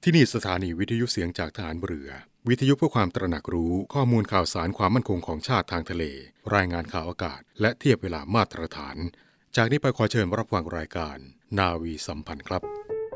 ที่นี่สถานีวิทยุเสียงจากทหารเรือวิทยุเพื่อความตระหนักรู้ข้อมูลข่าวสารความมั่นคงของชาติทางทะเลรายงานข่าวอากาศและเทียบเวลามาตรฐานจากนี้ไปขอเชิญรับฟังรายการนาวีสัมพันธ์ครับ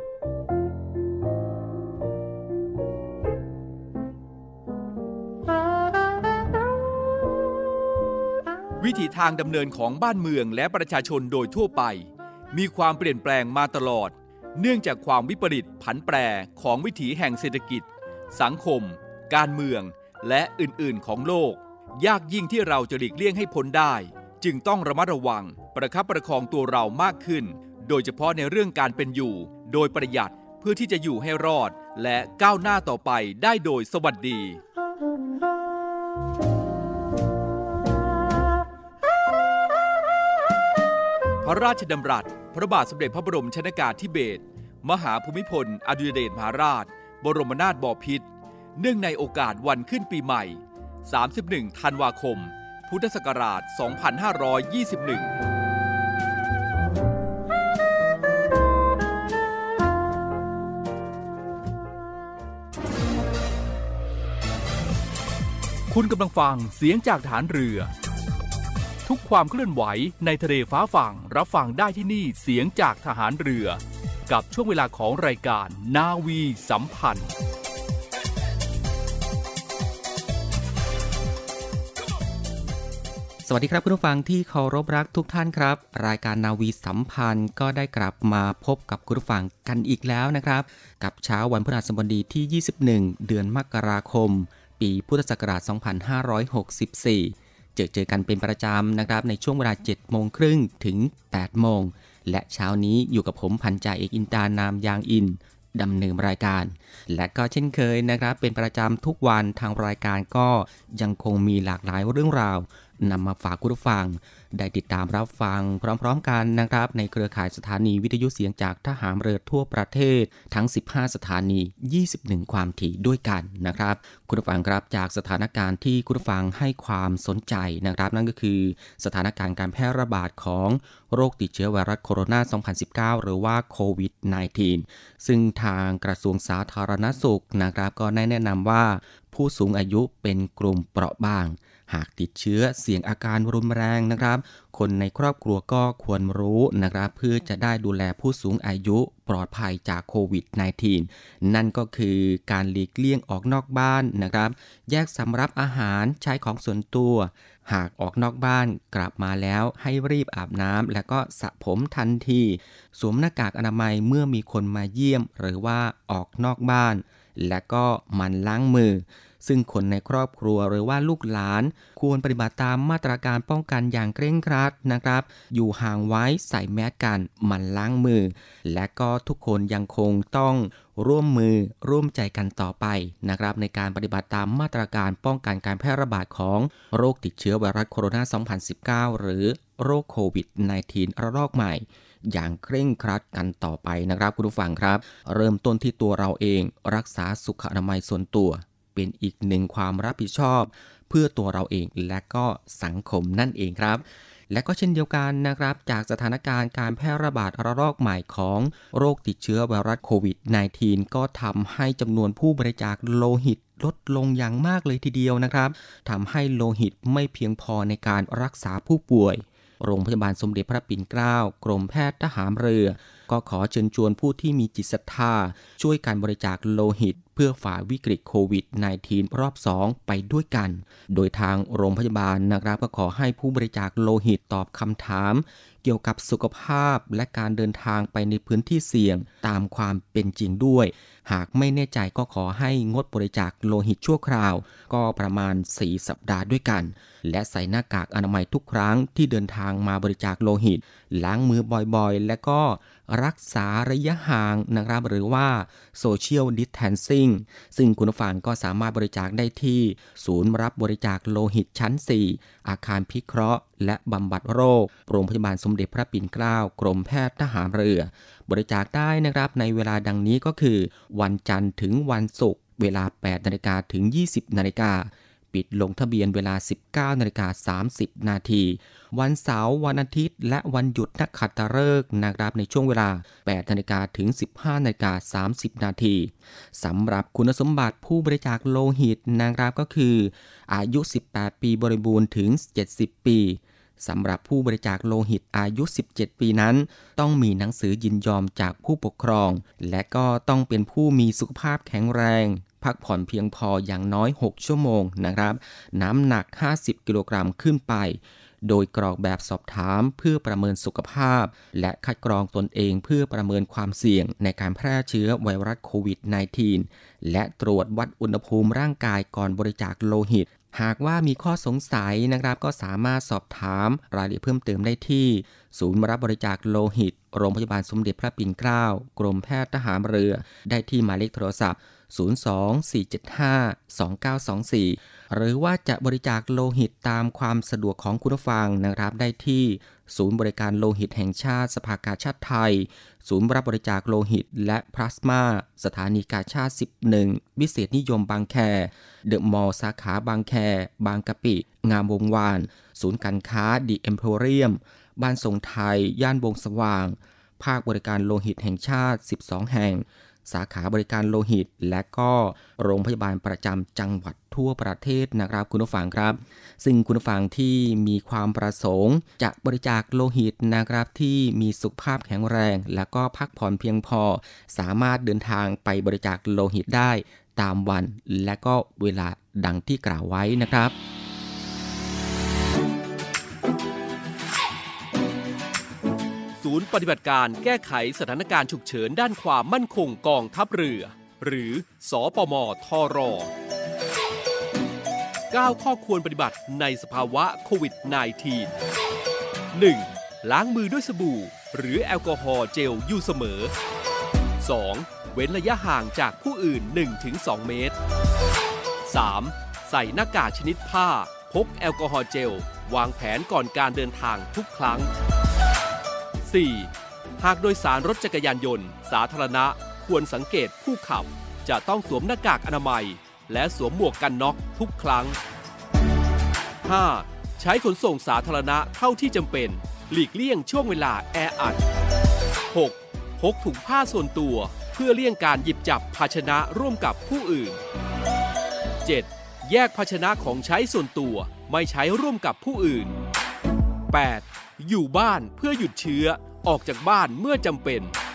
วิถีทางดำเนินของบ้านเมืองและประชาชนโดยทั่วไปมีความเปลี่ยนแปลงมาตลอดเนื่องจากความวิปริตผันแปรของวิถีแห่งเศรษฐกิจสังคมการเมืองและอื่นๆของโลกยากยิ่งที่เราจะหลีกเลี่ยงให้พ้นได้จึงต้องระมัดระวังประคับประคองตัวเรามากขึ้นโดยเฉพาะในเรื่องการเป็นอยู่โดยประหยัดเพื่อที่จะอยู่ให้รอดและก้าวหน้าต่อไปได้โดยสวัสดีพระราชดำรัสพระบาทสมเด็จพระบรมชนกาธิเบศรมหาภูมิพลอดุลยเดชมหาราชบรมนาถบพิตรเนื่องในโอกาสวันขึ้นปีใหม่31ธันวาคมพุทธศักราช2521คุณกำลังฟังเสียงจากฐานเรือทุกความเคลื่อนไหวในทะเลฟ้าฝั่งรับฟังได้ที่นี่เสียงจากทหารเรือกับช่วงเวลาของรายการนาวีสัมพันธ์สวัสดีครับคุณผู้ฟังที่เคารพรักทุกท่านครับรายการนาวีสัมพันธ์ก็ได้กลับมาพบกับคุณผู้ฟังกันอีกแล้วนะครับกับเช้าวันพฤหัสบดีที่21เดือนมกราคมปีพุทธศักราช2564เจอกันเป็นประจำนะครับในช่วงเวลา 7:30 น.ถึง 8:00 น.และเช้านี้อยู่กับผมพันจ่าเอกอินตานามยางอินดำเนินรายการและก็เช่นเคยนะครับเป็นประจำทุกวันทางรายการก็ยังคงมีหลากหลายเรื่องราวนำมาฝากคุณผู้ฟังได้ติดตามรับฟังพร้อมๆกันนะครับในเครือข่ายสถานีวิทยุเสียงจากทหารเรือทั่วประเทศทั้ง15สถานี21ความถี่ด้วยกันนะครับคุณผู้ฟังครับจากสถานการณ์ที่คุณผู้ฟังให้ความสนใจนะครับนั่นก็คือสถานการณ์การแพร่ระบาดของโรคติดเชื้อไวรัสโคโรนา2019หรือว่าโควิด -19 ซึ่งทางกระทรวงสาธารณสุขนะครับก็ได้แนะนำว่าผู้สูงอายุเป็นกลุ่มเปราะบางหากติดเชื้อเสี่ยงอาการรุนแรงนะครับคนในครอบครัวก็ควรรู้นะครับเพื่อจะได้ดูแลผู้สูงอายุปลอดภัยจากโควิด -19 นั่นก็คือการหลีกเลี่ยงออกนอกบ้านนะครับแยกสำรับอาหารใช้ของส่วนตัวหากออกนอกบ้านกลับมาแล้วให้รีบอาบน้ำแล้วก็สระผมทันทีสวมหน้ากากอนามัยเมื่อมีคนมาเยี่ยมหรือว่าออกนอกบ้านและก็หมั่นล้างมือซึ่งคนในครอบครัวหรือว่าลูกหลานควรปฏิบัติตามมาตรการป้องกันอย่างเคร่งครัดนะครับอยู่ห่างไว้ใส่แมสกันหมั่นล้างมือและก็ทุกคนยังคงต้องร่วมมือร่วมใจกันต่อไปนะครับในการปฏิบัติตามมาตรการป้องกันการแพร่ระบาดของโรคติดเชื้อไวรัสโคโรนา2019หรือโรคโควิด -19 ระลอกใหม่อย่างเคร่งครัดกันต่อไปนะครับคุณผู้ฟังครับเริ่มต้นที่ตัวเราเองรักษาสุขอนามัยส่วนตัวเป็นอีกหนึ่งความรับผิดชอบเพื่อตัวเราเองและก็สังคมนั่นเองครับและก็เช่นเดียวกันนะครับจากสถานการณ์การแพร่ระบาดระลอกใหม่ของโรคติดเชื้อไวรัสโควิด -19 ก็ทำให้จำนวนผู้บริจาคโลหิตลดลงอย่างมากเลยทีเดียวนะครับทำให้โลหิตไม่เพียงพอในการรักษาผู้ป่วยโรงพยาบาลสมเด็จพระปิ่นเกล้ากรมแพทย์ทหารเรือก็ขอเชิญชวนผู้ที่มีจิตศรัทธาช่วยการบริจาคโลหิตเพื่อฝ่าวิกฤตโควิด -19 รอบ 2 ไปด้วยกันโดยทางโรงพยาบาลนะครับก็ขอให้ผู้บริจาคโลหิตตอบคำถามเกี่ยวกับสุขภาพและการเดินทางไปในพื้นที่เสี่ยงตามความเป็นจริงด้วยหากไม่แน่ใจก็ขอให้งดบริจาคโลหิตชั่วคราวก็ประมาณ4สัปดาห์ด้วยกันและใส่หน้ากากอนามัยทุกครั้งที่เดินทางมาบริจาคโลหิตล้างมือบ่อยๆและก็รักษาระยะห่างนะครับหรือว่า Social Distancing ซึ่งคุณผู้ฟังก็สามารถบริจาคได้ที่ศูนย์รับบริจาคโลหิตชั้น 4 อาคารพิเคราะห์และบำบัดโรคโรงพยาบาลสมเด็จพระปิ่นเกล้ากรมแพทย์ทหารเรือบริจาคได้นะครับในเวลาดังนี้ก็คือวันจันทร์ถึงวันศุกร์เวลา 8 นาฬิกาถึง 20 นาฬิกาปิดลงทะเบียนเวลา 19:30 น.วันเสาร์วันอาทิตย์และวันหยุดนักขัตฤกษ์นะครับในช่วงเวลา 8 นาฬิกาถึง 15:30 น.สำหรับคุณสมบัติผู้บริจาคโลหิตนะครับก็คืออายุ 18 ปีบริบูรณ์ถึง 70 ปีสำหรับผู้บริจาคโลหิตอายุ 17 ปีนั้นต้องมีหนังสือยินยอมจากผู้ปกครองและก็ต้องเป็นผู้มีสุขภาพแข็งแรงพักผ่อนเพียงพออย่างน้อย 6 ชั่วโมงนะครับน้ำหนัก 50 กิโลกรัมขึ้นไปโดยกรอกแบบสอบถามเพื่อประเมินสุขภาพและคัดกรองตนเองเพื่อประเมินความเสี่ยงในการแพร่เชื้อไวรัสโควิด -19 และตรวจวัดอุณหภูมิร่างกายก่อนบริจาคโลหิตหากว่ามีข้อสงสัยนะครับก็สามารถสอบถามรายละเอียดเพิ่มเติมได้ที่ศูนย์รับบริจาคโลหิตโรงพยาบาลสมเด็จพระปิ่นเกล้ากรมแพทย์ทหารเรือได้ที่หมายเลขโทรศัพท์ 024752924 หรือว่าจะบริจาคโลหิตตามความสะดวกของคุณผู้ฟังนะครับได้ที่ศูนย์บริการโลหิตแห่งชาติสภากาชาดไทยศูนย์รับบริจาคโลหิตและพลาสมาสถานีกาชาด11วิเศษนิยมบางแคเดอะมอลล์สาขาบางแคบางกะปิงามวงวานศูนย์การค้าดิเอ็มโพเรียมบ้านทรงไทยย่านวงสว่างภาคบริการโลหิตแห่งชาติ12แห่งสาขาบริการโลหิตและก็โรงพยาบาลประจำจังหวัดทั่วประเทศนะครับคุณผู้ฟังครับซึ่งคุณผู้ฟังที่มีความประสงค์จะบริจาคโลหิตนะครับที่มีสุขภาพแข็งแรงและก็พักผ่อนเพียงพอสามารถเดินทางไปบริจาคโลหิตได้ตามวันและก็เวลาดังที่กล่าวไว้นะครับศูนย์ปฏิบัติการแก้ไขสถานการณ์ฉุกเฉินด้านความมั่นคงกองทัพเรือหรือสปมทร9 ข้อควรปฏิบัติในสภาวะโควิด -19 1. ล้างมือด้วยสบู่หรือแอลกอฮอล์เจลอยู่เสมอ 2. เว้นระยะห่างจากผู้อื่น 1-2 เมตร 3. ใส่หน้ากากชนิดผ้าพกแอลกอฮอล์เจลวางแผนก่อนการเดินทางทุกครั้ง 4. หากโดยสารรถจักรยานยนต์สาธารณะควรสังเกตผู้ขับจะต้องสวมหน้ากากอนามัยและสวมหมวกกันน็อกทุกครั้ง 5. ใช้ขนส่งสาธารณะเท่าที่จำเป็นหลีกเลี่ยงช่วงเวลาแออัด 6. พกถุงผ้าส่วนตัวเพื่อเลี่ยงการหยิบจับภาชนะร่วมกับผู้อื่น 7. แยกภาชนะของใช้ส่วนตัวไม่ใช้ร่วมกับผู้อื่น 8. อยู่บ้านเพื่อหยุดเชื้อออกจากบ้านเมื่อจำเป็น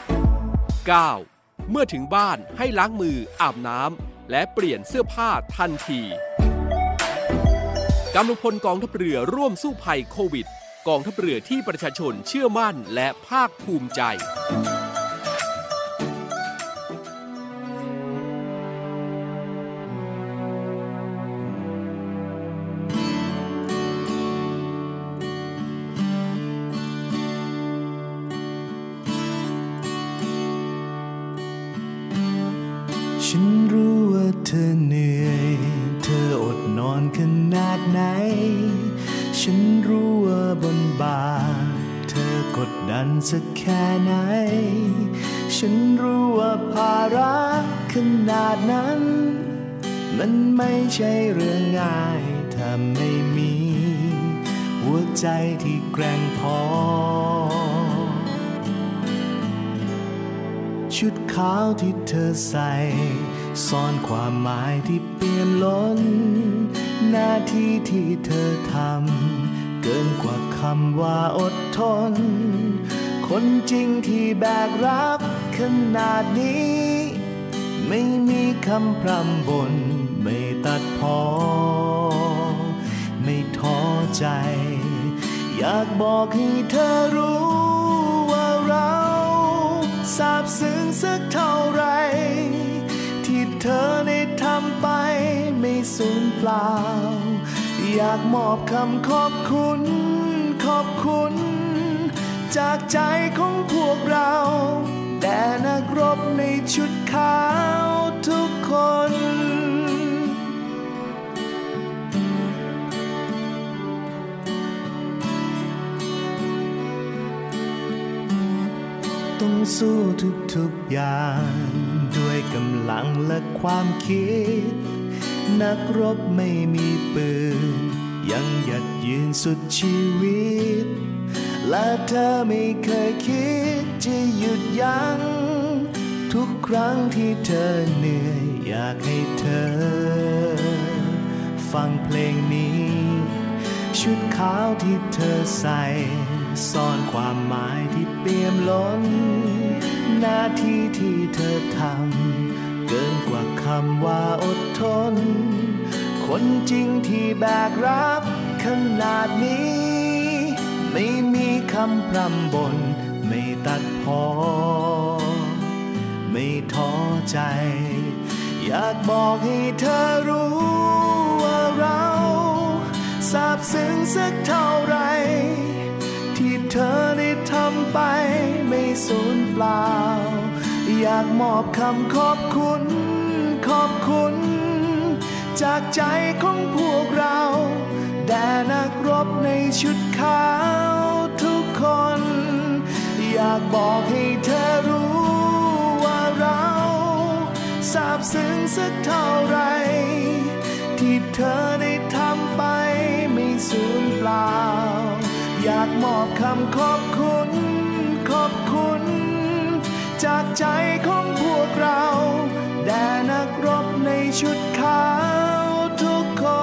9. เมื่อถึงบ้านให้ล้างมืออาบน้ำและเปลี่ยนเสื้อผ้าทันทีกำลังพลกองทัพเรือร่วมสู้ภัยโควิดกองทัพเรือที่ประชาชนเชื่อมั่นและภาคภูมิใจฉันรู้ว่าเธอเหนื่อยเธออดนอนขนาดไหนฉันรู้ว่าบนบ่าเธอกดดันสักแค่ไหนฉันรู้ว่าภาระขนาดนั้นมันไม่ใช่เรื่องง่ายถ้าไม่มีหัวใจที่แกร่งพอชุดขาวที่เธอใส่ซ่อนความหมายที่เปี่ยมล้นหน้าที่ที่เธอทำเกินกว่าคำว่าอดทนคนจริงที่แบกรับขนาดนี้ไม่มีคำพร่ำบ่นไม่ตัดพ้อไม่ท้อใจอยากบอกให้เธอรู้ว่าเราซาบซึ้งสักเท่าไรที่เธอได้ทำไปไม่สูญเปล่าอยากมอบคำขอบคุณขอบคุณจากใจของพวกเราแด่นักรบในชุดขาวทุกคนต้องสู้ทุกๆอย่างด้วยกำลังและความคิดนักรบไม่มีปืนยังหยัดยืนสุดชีวิตและเธอไม่เคยคิดจะหยุดยั้งทุกครั้งที่เธอเหนื่อยอยากให้เธอฟังเพลงนี้ชุดขาวที่เธอใส่ซ่อนความหมายที่เปี่ยมล้นหน้าที่ที่เธอทำเกินกว่าคำว่าอดทนคนจริงที่แบกรับขนาดนี้ไม่มีคำพร่ำบ่นไม่ตัดพ้อไม่ท้อใจอยากบอกให้เธอรู้ว่าเราซาบซึ้งสักเท่าไรที่เธอได้ทำไปไม่สูญเปล่าอยากมอบคำขอบคุณขอบคุณจากใจของพวกเราแด่นักรบในชุดขาวทุกคนอยากบอกให้เธอรู้ว่าเราซาบซึ้งสักเท่าไรที่เธอได้ทำไปไม่สูญเปล่าอยากมอบคำขอบคุณขอบคุณจากใจของพวกเราแด่นักรบในชุดขาวทุกคน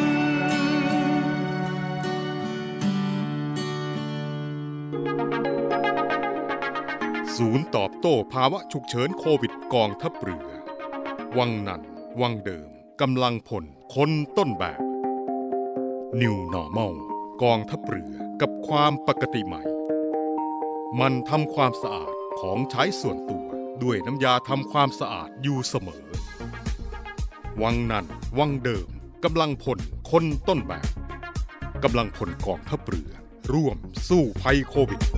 ศูนย์ตอบโต้ภาวะฉุกเฉินโควิดกองทัพเรือวังนั่นวังเดิมกำลังพลคนต้นแบบ New Normal กองทัพเรือกับความปกติใหม่มันทำความสะอาดของใช้ส่วนตัวด้วยน้ำยาทำความสะอาดอยู่เสมอวังนั่นวังเดิมกำลังพลคนต้นแบบกำลังพลกองทัพเรือร่วมสู้ภัยโควิด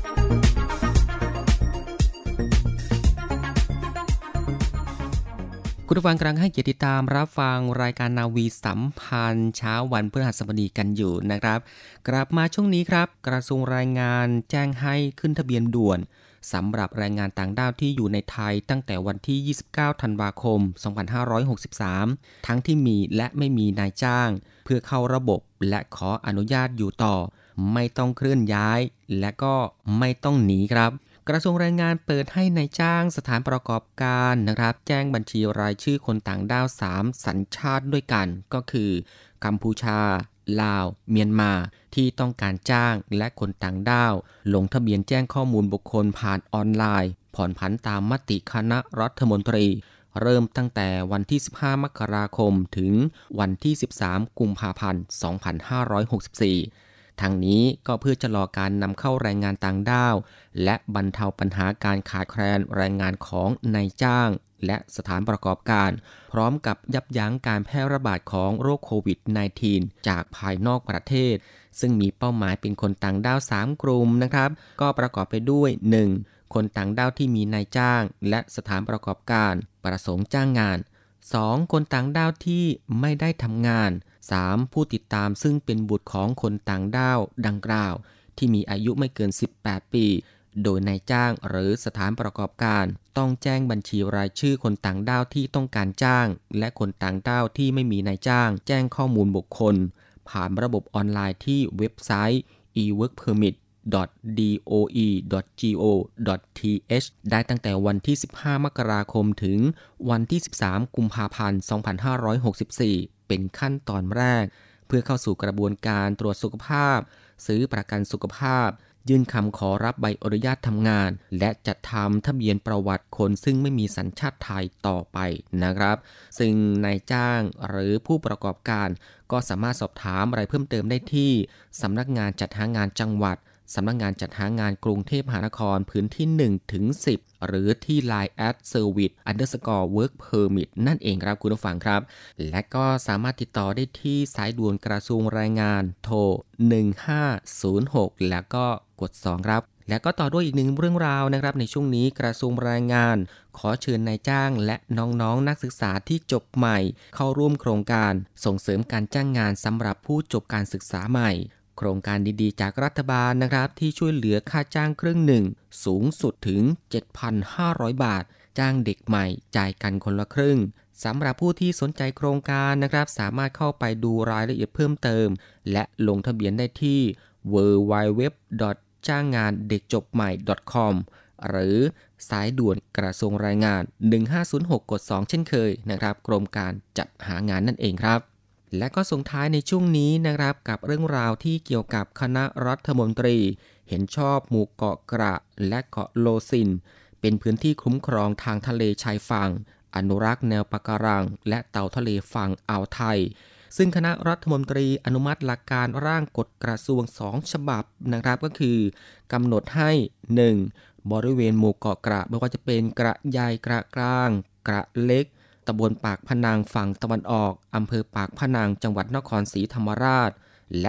คุณผู้ฟังกำลังให้เกียรติตามรับฟังรายการนาวีสัมพันธ์เช้าวันพฤหัสบดีกันอยู่นะครับกลับมาช่วงนี้ครับกระทรวงแรงงานแจ้งให้ขึ้นทะเบียนด่วนสำหรับแรงงานต่างด้าวที่อยู่ในไทยตั้งแต่วันที่29ธันวาคม2563ทั้งที่มีและไม่มีนายจ้างเพื่อเข้าระบบและขออนุญาตอยู่ต่อไม่ต้องเคลื่อนย้ายและก็ไม่ต้องหนีครับกระทรวงแรงงานเปิดให้นายจ้างสถานประกอบการนะครับแจ้งบัญชีรายชื่อคนต่างด้าว3สัญชาติด้วยกันก็คือกัมพูชาลาวเมียนมาที่ต้องการจ้างและคนต่างด้าวลงทะเบียนแจ้งข้อมูลบุคคลผ่านออนไลน์ผ่อนผันตามมติคณะรัฐมนตรีเริ่มตั้งแต่วันที่15มกราคมถึงวันที่13กุมภาพันธ์2564ทางนี้ก็เพื่อชะลอการนำเข้าแรงงานต่างด้าวและบรรเทาปัญหาการขาดแคลนแรงงานของนายจ้างและสถานประกอบการพร้อมกับยับยั้งการแพร่ระบาดของโรคโควิด -19 จากภายนอกประเทศซึ่งมีเป้าหมายเป็นคนต่างด้าว3กลุ่มนะครับก็ประกอบไปด้วย 1. คนต่างด้าวที่มีนายจ้างและสถานประกอบการประสงค์จ้างงาน 2. คนต่างด้าวที่ไม่ได้ทำงาน 3. ผู้ติดตามซึ่งเป็นบุตรของคนต่างด้าวดังกล่าวที่มีอายุไม่เกิน18ปีโดยนายจ้างหรือสถานประกอบการต้องแจ้งบัญชีรายชื่อคนต่างด้าวที่ต้องการจ้างและคนต่างด้าวที่ไม่มีนายจ้างแจ้งข้อมูลบุคคลผ่านระบบออนไลน์ที่เว็บไซต์ eworkpermit.doe.go.th ได้ตั้งแต่วันที่15มกราคมถึงวันที่13กุมภาพันธ์2564เป็นขั้นตอนแรกเพื่อเข้าสู่กระบวนการตรวจสุขภาพซื้อประกันสุขภาพยื่นคำขอรับใบอนุญาตทำงานและจัดทำทะเบียนประวัติคนซึ่งไม่มีสัญชาติไทยต่อไปนะครับซึ่งนายจ้างหรือผู้ประกอบการก็สามารถสอบถามอะไรเพิ่มเติมได้ที่สำนักงานจัดหางานจังหวัดสำนักงานจัดหางานกรุงเทพมหานครพื้นที่1ถึง10หรือที่ Line @service_work_permit นั่นเองครับคุณผู้ฟังครับและก็สามารถติดต่อได้ที่สายด่วนกระทรวงแรงงานโทร1506แล้วก็กด2ครับและก็ต่อด้วยอีกหนึ่งเรื่องราวนะครับในช่วงนี้กระทรวงแรงงานขอเชิญนายจ้างและน้องๆนักศึกษาที่จบใหม่เข้าร่วมโครงการส่งเสริมการจ้างงานสำหรับผู้จบการศึกษาใหม่โครงการดีๆจากรัฐบาลนะครับที่ช่วยเหลือค่าจ้างครึ่งหนึ่งสูงสุดถึง 7,500 บาทจ้างเด็กใหม่จ่ายกันคนละครึ่งสำหรับผู้ที่สนใจโครงการนะครับสามารถเข้าไปดูรายละเอียดเพิ่มเติมและลงทะเบียนได้ที่ www.จ้างงานเด็กจบใหม่ .com หรือสายด่วนกระทรวงแรงงาน1506กด2เช่นเคยนะครับกรมการจัดหางานนั่นเองครับและก็ส่งท้ายในช่วงนี้นะครับกับเรื่องราวที่เกี่ยวกับคณะรัฐมนตรีเห็นชอบหมู่เกาะกระและเกาะโลซินเป็นพื้นที่คุ้มครองทางทะเลชายฝั่งอนุรักษ์แนวปะการังและเต่าทะเลฝั่งอ่าวไทยซึ่งคณะรัฐมนตรีอนุมัติหลักการร่างกฎกระทรวง2ฉบับนะครับก็คือกำหนดให้ 1. บริเวณหมู่เกาะกระไม่ว่าจะเป็นกระใหญ่กระกลางกระเล็กตำบลปากพนังฝั่งตะวันออกอำเภอปากพนังจังหวัดนครศรีธรรมราชและ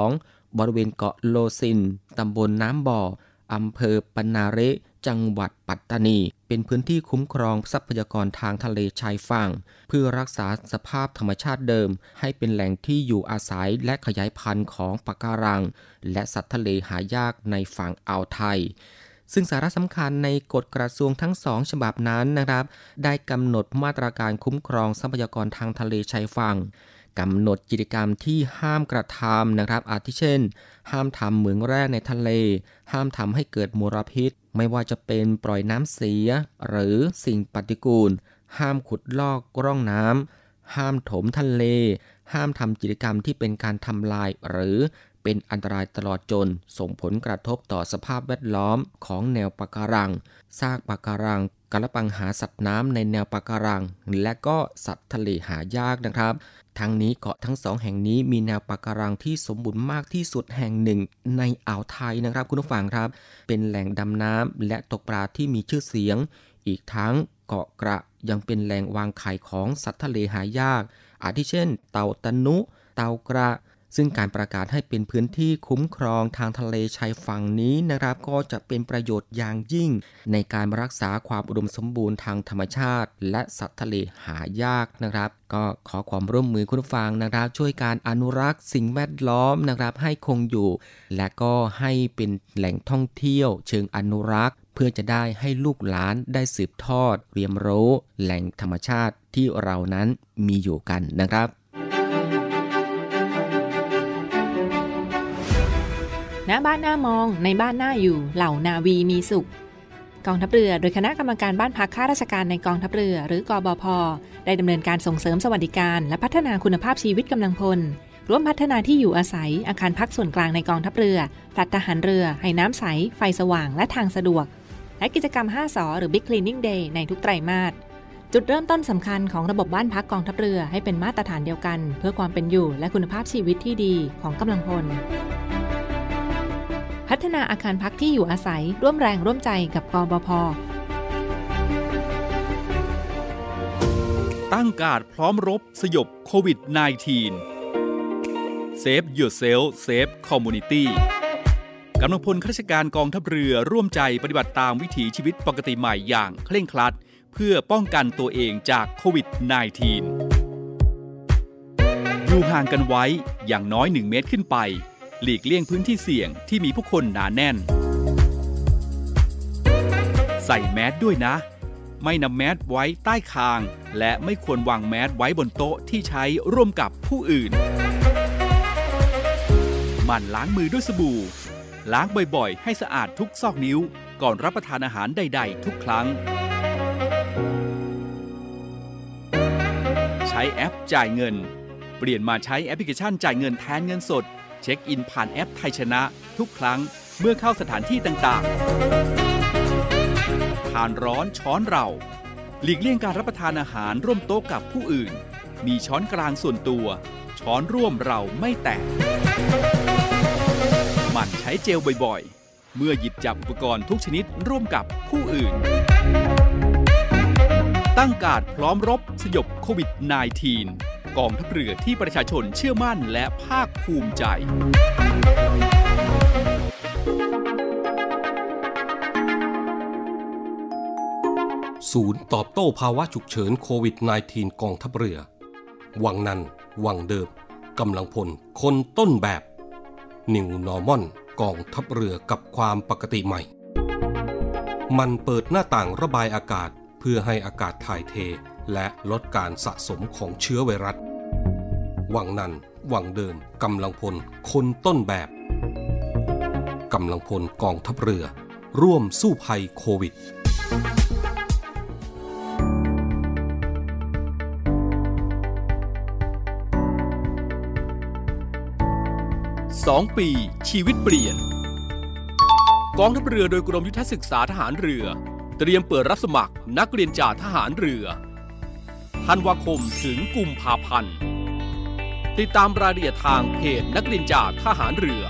2. บริเวณเกาะโลซินตำบลน้ำบ่ออำเภอปนาเระจังหวัดปัตตานีเป็นพื้นที่คุ้มครองทรัพยากรทางทะเลชายฝั่งเพื่อรักษาสภาพธรรมชาติเดิมให้เป็นแหล่งที่อยู่อาศัยและขยายพันธุ์ของปะการังและสัตว์ทะเลหายากในฝั่งอ่าวไทยซึ่งสาระสำคัญในกฎกระทรวงทั้ง2ฉบับนั้นนะครับได้กำหนดมาตรการคุ้มครองทรัพยากรทางทะเลชายฝั่งกำหนดกิจกรรมที่ห้ามกระทำนะครับอาทิเช่นห้ามทำเหมืองแร่ในทะเลห้ามทำให้เกิดมลพิษไม่ว่าจะเป็นปล่อยน้ำเสียหรือสิ่งปฏิกูลห้ามขุดลอกร่องน้ำห้ามถมทะเลห้ามทำกิจกรรมที่เป็นการทำลายหรือเป็นอันตรายตลอดจนส่งผลกระทบต่อสภาพแวดล้อมของแนวปะการังซากปะการังการปังหาสัตว์น้ำในแนวปะการังและก็สัตว์ทะเลหายากนะครับทั้งนี้เกาะทั้ง2แห่งนี้มีแนวปะการังที่สมบูรณ์มากที่สุดแห่งหนึ่งในอ่าวไทยนะครับคุณผู้ฟังครับเป็นแหล่งดำน้ำและตกปลาที่มีชื่อเสียงอีกทั้งเกาะกระยังเป็นแหล่งวางไข่ของสัตว์ทะเลหายากอาทิเช่นเต่าตะนุเต่ากระซึ่งการประกาศให้เป็นพื้นที่คุ้มครองทางทะเลชายฝั่งนี้นะครับก็จะเป็นประโยชน์อย่างยิ่งในการรักษาความอุดมสมบูรณ์ทางธรรมชาติและสัตว์ทะเลหายากนะครับก็ขอความร่วมมือคุณผู้ฟังนะครับช่วยการอนุรักษ์สิ่งแวดล้อมนะครับให้คงอยู่และก็ให้เป็นแหล่งท่องเที่ยวเชิงอนุรักษ์เพื่อจะได้ให้ลูกหลานได้สืบทอดเรียนรู้แหล่งธรรมชาติที่เรานั้นมีอยู่กันนะครับณบ้านหน้ามองในบ้านหน้าอยู่เหล่านาวีมีสุขกองทัพเรือโดยคณะกรรมการบ้านพักข้าราชการในกองทัพเรือหรือกบพ.ได้ดำเนินการส่งเสริมสวัสดิการและพัฒนาคุณภาพชีวิตกำลังพลร่วมพัฒนาที่อยู่อาศัยอาคารพักส่วนกลางในกองทัพเรือแฟลตทหารเรือให้น้ำใสไฟสว่างและทางสะดวกและกิจกรรม5 ส.หรือ Big Cleaning Day ในทุกไตรมาสจุดเริ่มต้นสำคัญของระบบบ้านพักกองทัพเรือให้เป็นมาตรฐานเดียวกันเพื่อความเป็นอยู่และคุณภาพชีวิตที่ดีของกำลังพลพัฒนาอาคารพักที่อยู่อาศัยร่วมแรงร่วมใจกับกบพ. ตั้งการ์ดพร้อมรบสยบโควิด -19 Save Yourself Save Community กำลังพลข้าราชการกองทัพเรือร่วมใจปฏิบัติตามวิถีชีวิตปกติใหม่อย่างเคร่งครัดเพื่อป้องกันตัวเองจากโควิด -19 อยู่ห่างกันไว้อย่างน้อย1 เมตรขึ้นไปหลีกเลี่ยงพื้นที่เสี่ยงที่มีผู้คนหนาแน่นใส่แมสด้วยนะไม่นำแมสไว้ใต้คางและไม่ควรวางแมสไว้บนโต๊ะที่ใช้ร่วมกับผู้อื่นหมั่นล้างมือด้วยสบู่ล้างบ่อยๆให้สะอาดทุกซอกนิ้วก่อนรับประทานอาหารใดๆทุกครั้งใช้แอปจ่ายเงินเปลี่ยนมาใช้แอปพลิเคชันจ่ายเงินแทนเงินสดเช็คอินผ่านแอปไทยชนะทุกครั้งเมื่อเข้าสถานที่ต่างๆทานร้อนช้อนเราหลีกเลี่ยงการรับประทานอาหารร่วมโต๊ะกับผู้อื่นมีช้อนกลางส่วนตัวช้อนร่วมเราไม่แตะหมั่นใช้เจลบ่อยๆเมื่อหยิบจับอุปกรณ์ทุกชนิดร่วมกับผู้อื่นตั้งการ์ดพร้อมรบสยบโควิด -19 กองทัพเรือที่ประชาชนเชื่อมั่นและภาคภูมิใจศูนย์ตอบโต้ภาวะฉุกเฉินโควิด -19 กองทัพเรือวังนั้นวังเดิมกำลังพลคนต้นแบบ New Normal กองทัพเรือกับความปกติใหม่มันเปิดหน้าต่างระบายอากาศเพื่อให้อากาศถ่ายเทและลดการสะสมของเชื้อไวรัสวังนั้นวังเดิมกำลังพลคนต้นแบบกำลังพลกองทัพเรือร่วมสู้ภัยโควิด 2 ปีชีวิตเปลี่ยนกองทัพเรือโดยกรมยุทธศึกษาทหารเรือเตรียมเปิดรับสมัครนักเรียนจ่าทหารเรือธันวาคมถึงกุมภาพันธ์ติดตามรายละเอียดทางเพจนักเรียนจ่าทหารเรือ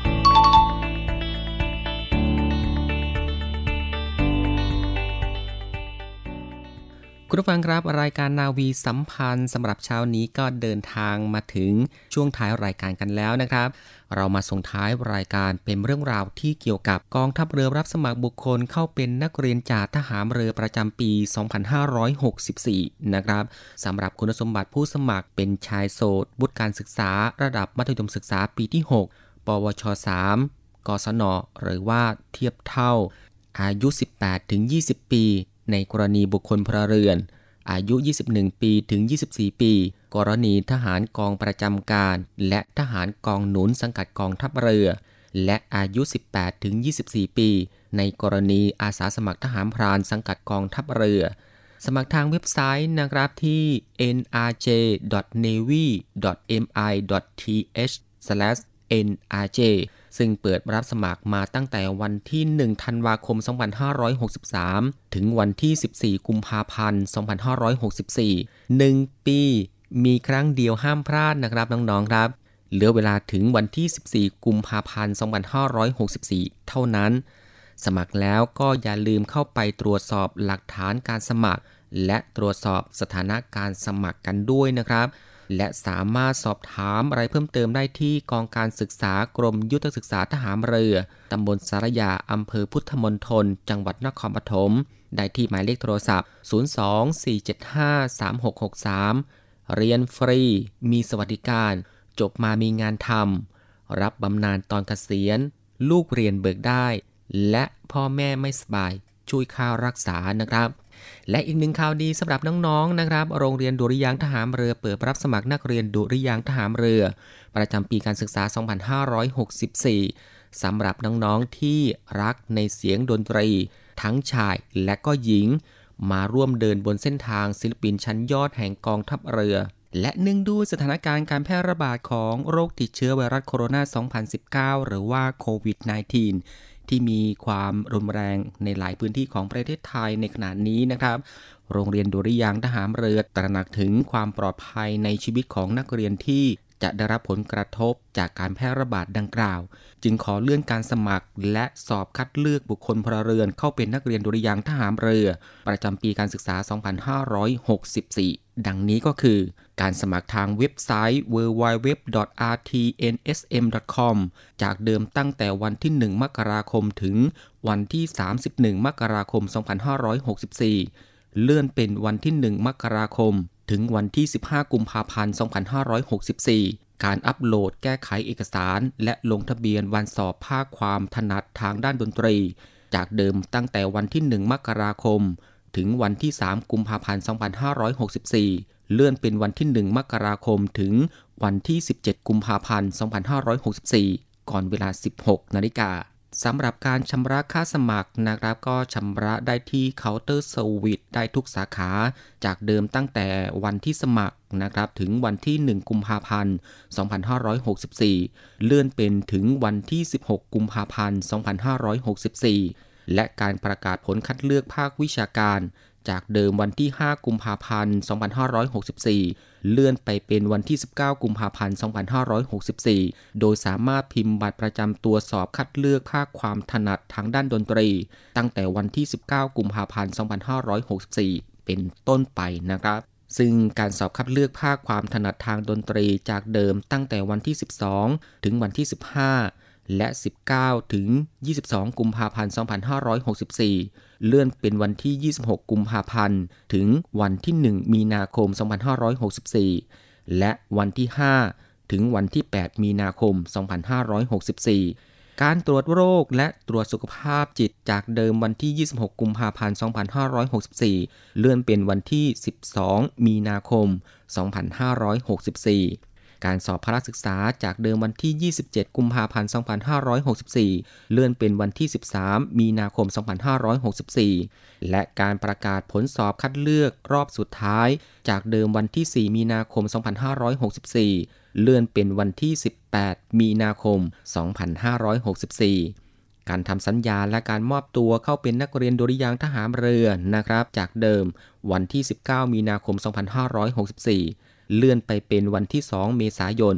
คุณผู้ฟังครับรายการนาวีสัมพันธ์สำหรับเช้านี้ก็เดินทางมาถึงช่วงท้ายรายการกันแล้วนะครับเรามาส่งท้ายรายการเป็นเรื่องราวที่เกี่ยวกับกองทัพเรือรับสมัครบุคคลเข้าเป็นนักเรียนจ่าทหารเรือประจำปี 2564 นะครับสำหรับคุณสมบัติผู้สมัครเป็นชายโสดวุฒิการศึกษาระดับมัธยมศึกษาปีที่ 6 ปวช 3 กศนหรือว่าเทียบเท่าอายุ 18-20 ปีในกรณีบุคคลพลเรือนอายุ 21 ปีถึง 24 ปีกรณีทหารกองประจำการและทหารกองหนุนสังกัดกองทัพเรือและอายุ 18 ถึง 24 ปีในกรณีอาสาสมัครทหารพรานสังกัดกองทัพเรือสมัครทางเว็บไซต์นะครับที่ nrj.navy.mi.th/nrj ซึ่งเปิดรับสมัครมาตั้งแต่วันที่ 1 ธันวาคม 2563 ถึงวันที่ 14 กุมภาพันธ์ 2564 1 ปีมีครั้งเดียวห้ามพลาดนะครับน้องๆครับเหลือเวลาถึงวันที่ 14 กุมภาพันธ์ 2564 เท่านั้นสมัครแล้วก็อย่าลืมเข้าไปตรวจสอบหลักฐานการสมัครและตรวจสอบสถานะการสมัครกันด้วยนะครับและสามารถสอบถามอะไรเพิ่มเติมได้ที่กองการศึกษากรมยุทธศึกษาทหารเรือตำบลสารยาอำเภอพุทธมณฑลจังหวัดนครปฐมได้ที่หมายเลขโทรศัพท์ 024753663 เรียนฟรีมีสวัสดิการจบมามีงานทำรับบำนาญตอนเกษียณลูกเรียนเบิกได้และพ่อแม่ไม่สบายช่วยค่ารักษานะครับและอีกหนึ่งข่าวดีสำหรับน้องๆนะครับโรงเรียนดุริยางค์ทหารเรือเปิดรับสมัครนักเรียนดุริยางค์ทหารเรือประจำปีการศึกษา 2564 สำหรับน้องๆที่รักในเสียงดนตรีทั้งชายและก็หญิงมาร่วมเดินบนเส้นทางศิลปินชั้นยอดแห่งกองทัพเรือและเนื่องด้วยสถานการณ์การแพร่ระบาดของโรคติดเชื้อไวรัสโคโรนา 2019 หรือว่าโควิด -19 ที่มีความรุนแรงในหลายพื้นที่ของประเทศไทยในขณะนี้นะครับโรงเรียนดุริยางค์ทหารเรือตระหนักถึงความปลอดภัยในชีวิตของนักเรียนที่จะได้รับผลกระทบจากการแพร่ระบาดดังกล่าวจึงขอเลื่อนการสมัครและสอบคัดเลือกบุคคลพลเรือนเข้าเป็นนักเรียนดุริยางค์ทหารเรือประจำปีการศึกษา 2564 ดังนี้ก็คือการสมัครทางเว็บไซต์ www.rtnsm.com จากเดิมตั้งแต่วันที่ 1 มกราคมถึงวันที่ 31 มกราคม 2564 เลื่อนเป็นวันที่ 1 มกราคมถึงวันที่ 15 กุมภาพันธ์ 2564 การอัปโหลดแก้ไขเอกสารและลงทะเบียนวันสอบภาคความถนัดทางด้านดนตรีจากเดิมตั้งแต่วันที่ 1 มกราคมถึงวันที่ 3 กุมภาพันธ์ 2564 เลื่อนเป็นวันที่ 1 มกราคมถึงวันที่ 17 กุมภาพันธ์ 2564 ก่อนเวลา 16 นาฬิกาสำหรับการชำระค่าสมัครนะครับก็ชำระได้ที่เคาน์เตอร์เซอร์วิสได้ทุกสาขาจากเดิมตั้งแต่วันที่สมัครนะครับถึงวันที่ 1 กุมภาพันธ์ 2564 เลื่อนเป็นถึงวันที่ 16 กุมภาพันธ์ 2564 และการประกาศผลคัดเลือกภาควิชาการจากเดิมวันที่ 5 กุมภาพันธ์ 2564 เลื่อนไปเป็นวันที่ 19 กุมภาพันธ์ 2564 โดยสามารถพิมพ์บัตรประจำตัวสอบคัดเลือกภาคความถนัดทางด้านดนตรีตั้งแต่วันที่ 19 กุมภาพันธ์ 2564 เป็นต้นไปนะครับซึ่งการสอบคัดเลือกภาคความถนัดทางดนตรีจากเดิมตั้งแต่วันที่ 12 ถึงวันที่ 15 และ 19 ถึง 22 กุมภาพันธ์ 2564 เลื่อนเป็นวันที่ 26 กุมภาพันธ์ถึงวันที่ 1 มีนาคม 2564 และวันที่ 5 ถึงวันที่ 8 มีนาคม 2564 การตรวจโรคและตรวจสุขภาพจิตจากเดิมวันที่26กุมภาพันธ์2564เลื่อนเป็นวันที่12มีนาคม2564การสอบพละศึกษาจากเดิมวันที่27กุมภาพันธ์2564เลื่อนเป็นวันที่13มีนาคม2564และการประกาศผลสอบคัดเลือกรอบสุดท้ายจากเดิมวันที่4มีนาคม2564เลื่อนเป็นวันที่18มีนาคม2564การทำสัญญาและการมอบตัวเข้าเป็นนักเรียนดุริยางค์ทหารเรือนะครับจากเดิมวันที่19มีนาคม2564เลื่อนไปเป็นวันที่2เมษายน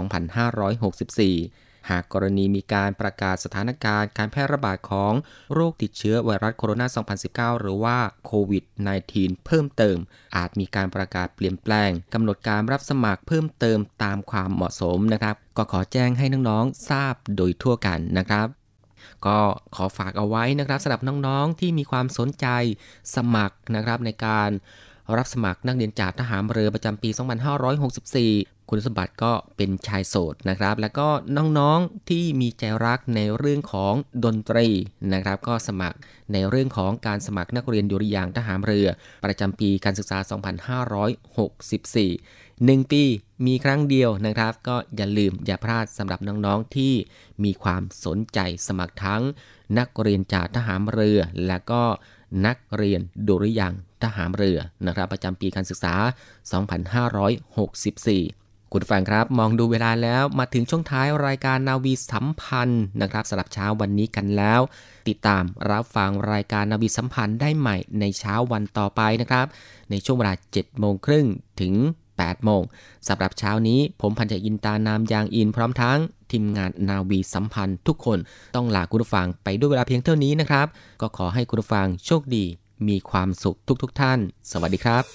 2564หากกรณีมีการประกาศสถานการณ์การแพร่ระบาดของโรคติดเชื้อไวรัสโคโรนา2019หรือว่าโควิด -19 เพิ่มเติมอาจมีการประกาศเปลี่ยนแปลงกำหนดการรับสมัครเพิ่มเติมตามความเหมาะสมนะครับก็ขอแจ้งให้น้องๆทราบโดยทั่วกันนะครับก็ขอฝากเอาไว้นะครับสำหรับน้องๆที่มีความสนใจสมัครนะครับในการรับสมัครนักเรียนจ่าทหารเรือประจำปี2564คุณสมบัติก็เป็นชายโสดนะครับแล้วก็น้องๆที่มีใจรักในเรื่องของดนตรีนะครับก็สมัครในเรื่องของการสมัครนักเรียนดุริยางค์ทหารเรือประจำปีการศึกษา2564 1 ปีมีครั้งเดียวนะครับก็อย่าลืมอย่าพลาดสำหรับน้องๆที่มีความสนใจสมัครทั้งนักเรียนจ่าทหารเรือและก็นักเรียนดุริยางค์ทหารเรือนะครับประจำปีการศึกษา2564คุณฟังครับมองดูเวลาแล้วมาถึงช่วงท้ายรายการนาวีสัมพันธ์นะครับสำหรับเช้าวันนี้กันแล้วติดตามรับฟังรายการนาวีสัมพันธ์ได้ใหม่ในเช้าวันต่อไปนะครับในช่วงเวลา 7:30 ถึง 8 โมงสำหรับเช้านี้ผมพันจ่าอินตานามยางอินพร้อมทั้งทีมงานนาวีสัมพันธ์ทุกคนต้องลาคุณผู้ฟังไปด้วยเวลาเพียงเท่านี้นะครับก็ขอให้คุณผู้ฟังโชคดีมีความสุขทุกท่านสวัสดีครับ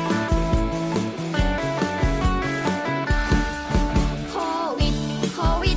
โควิด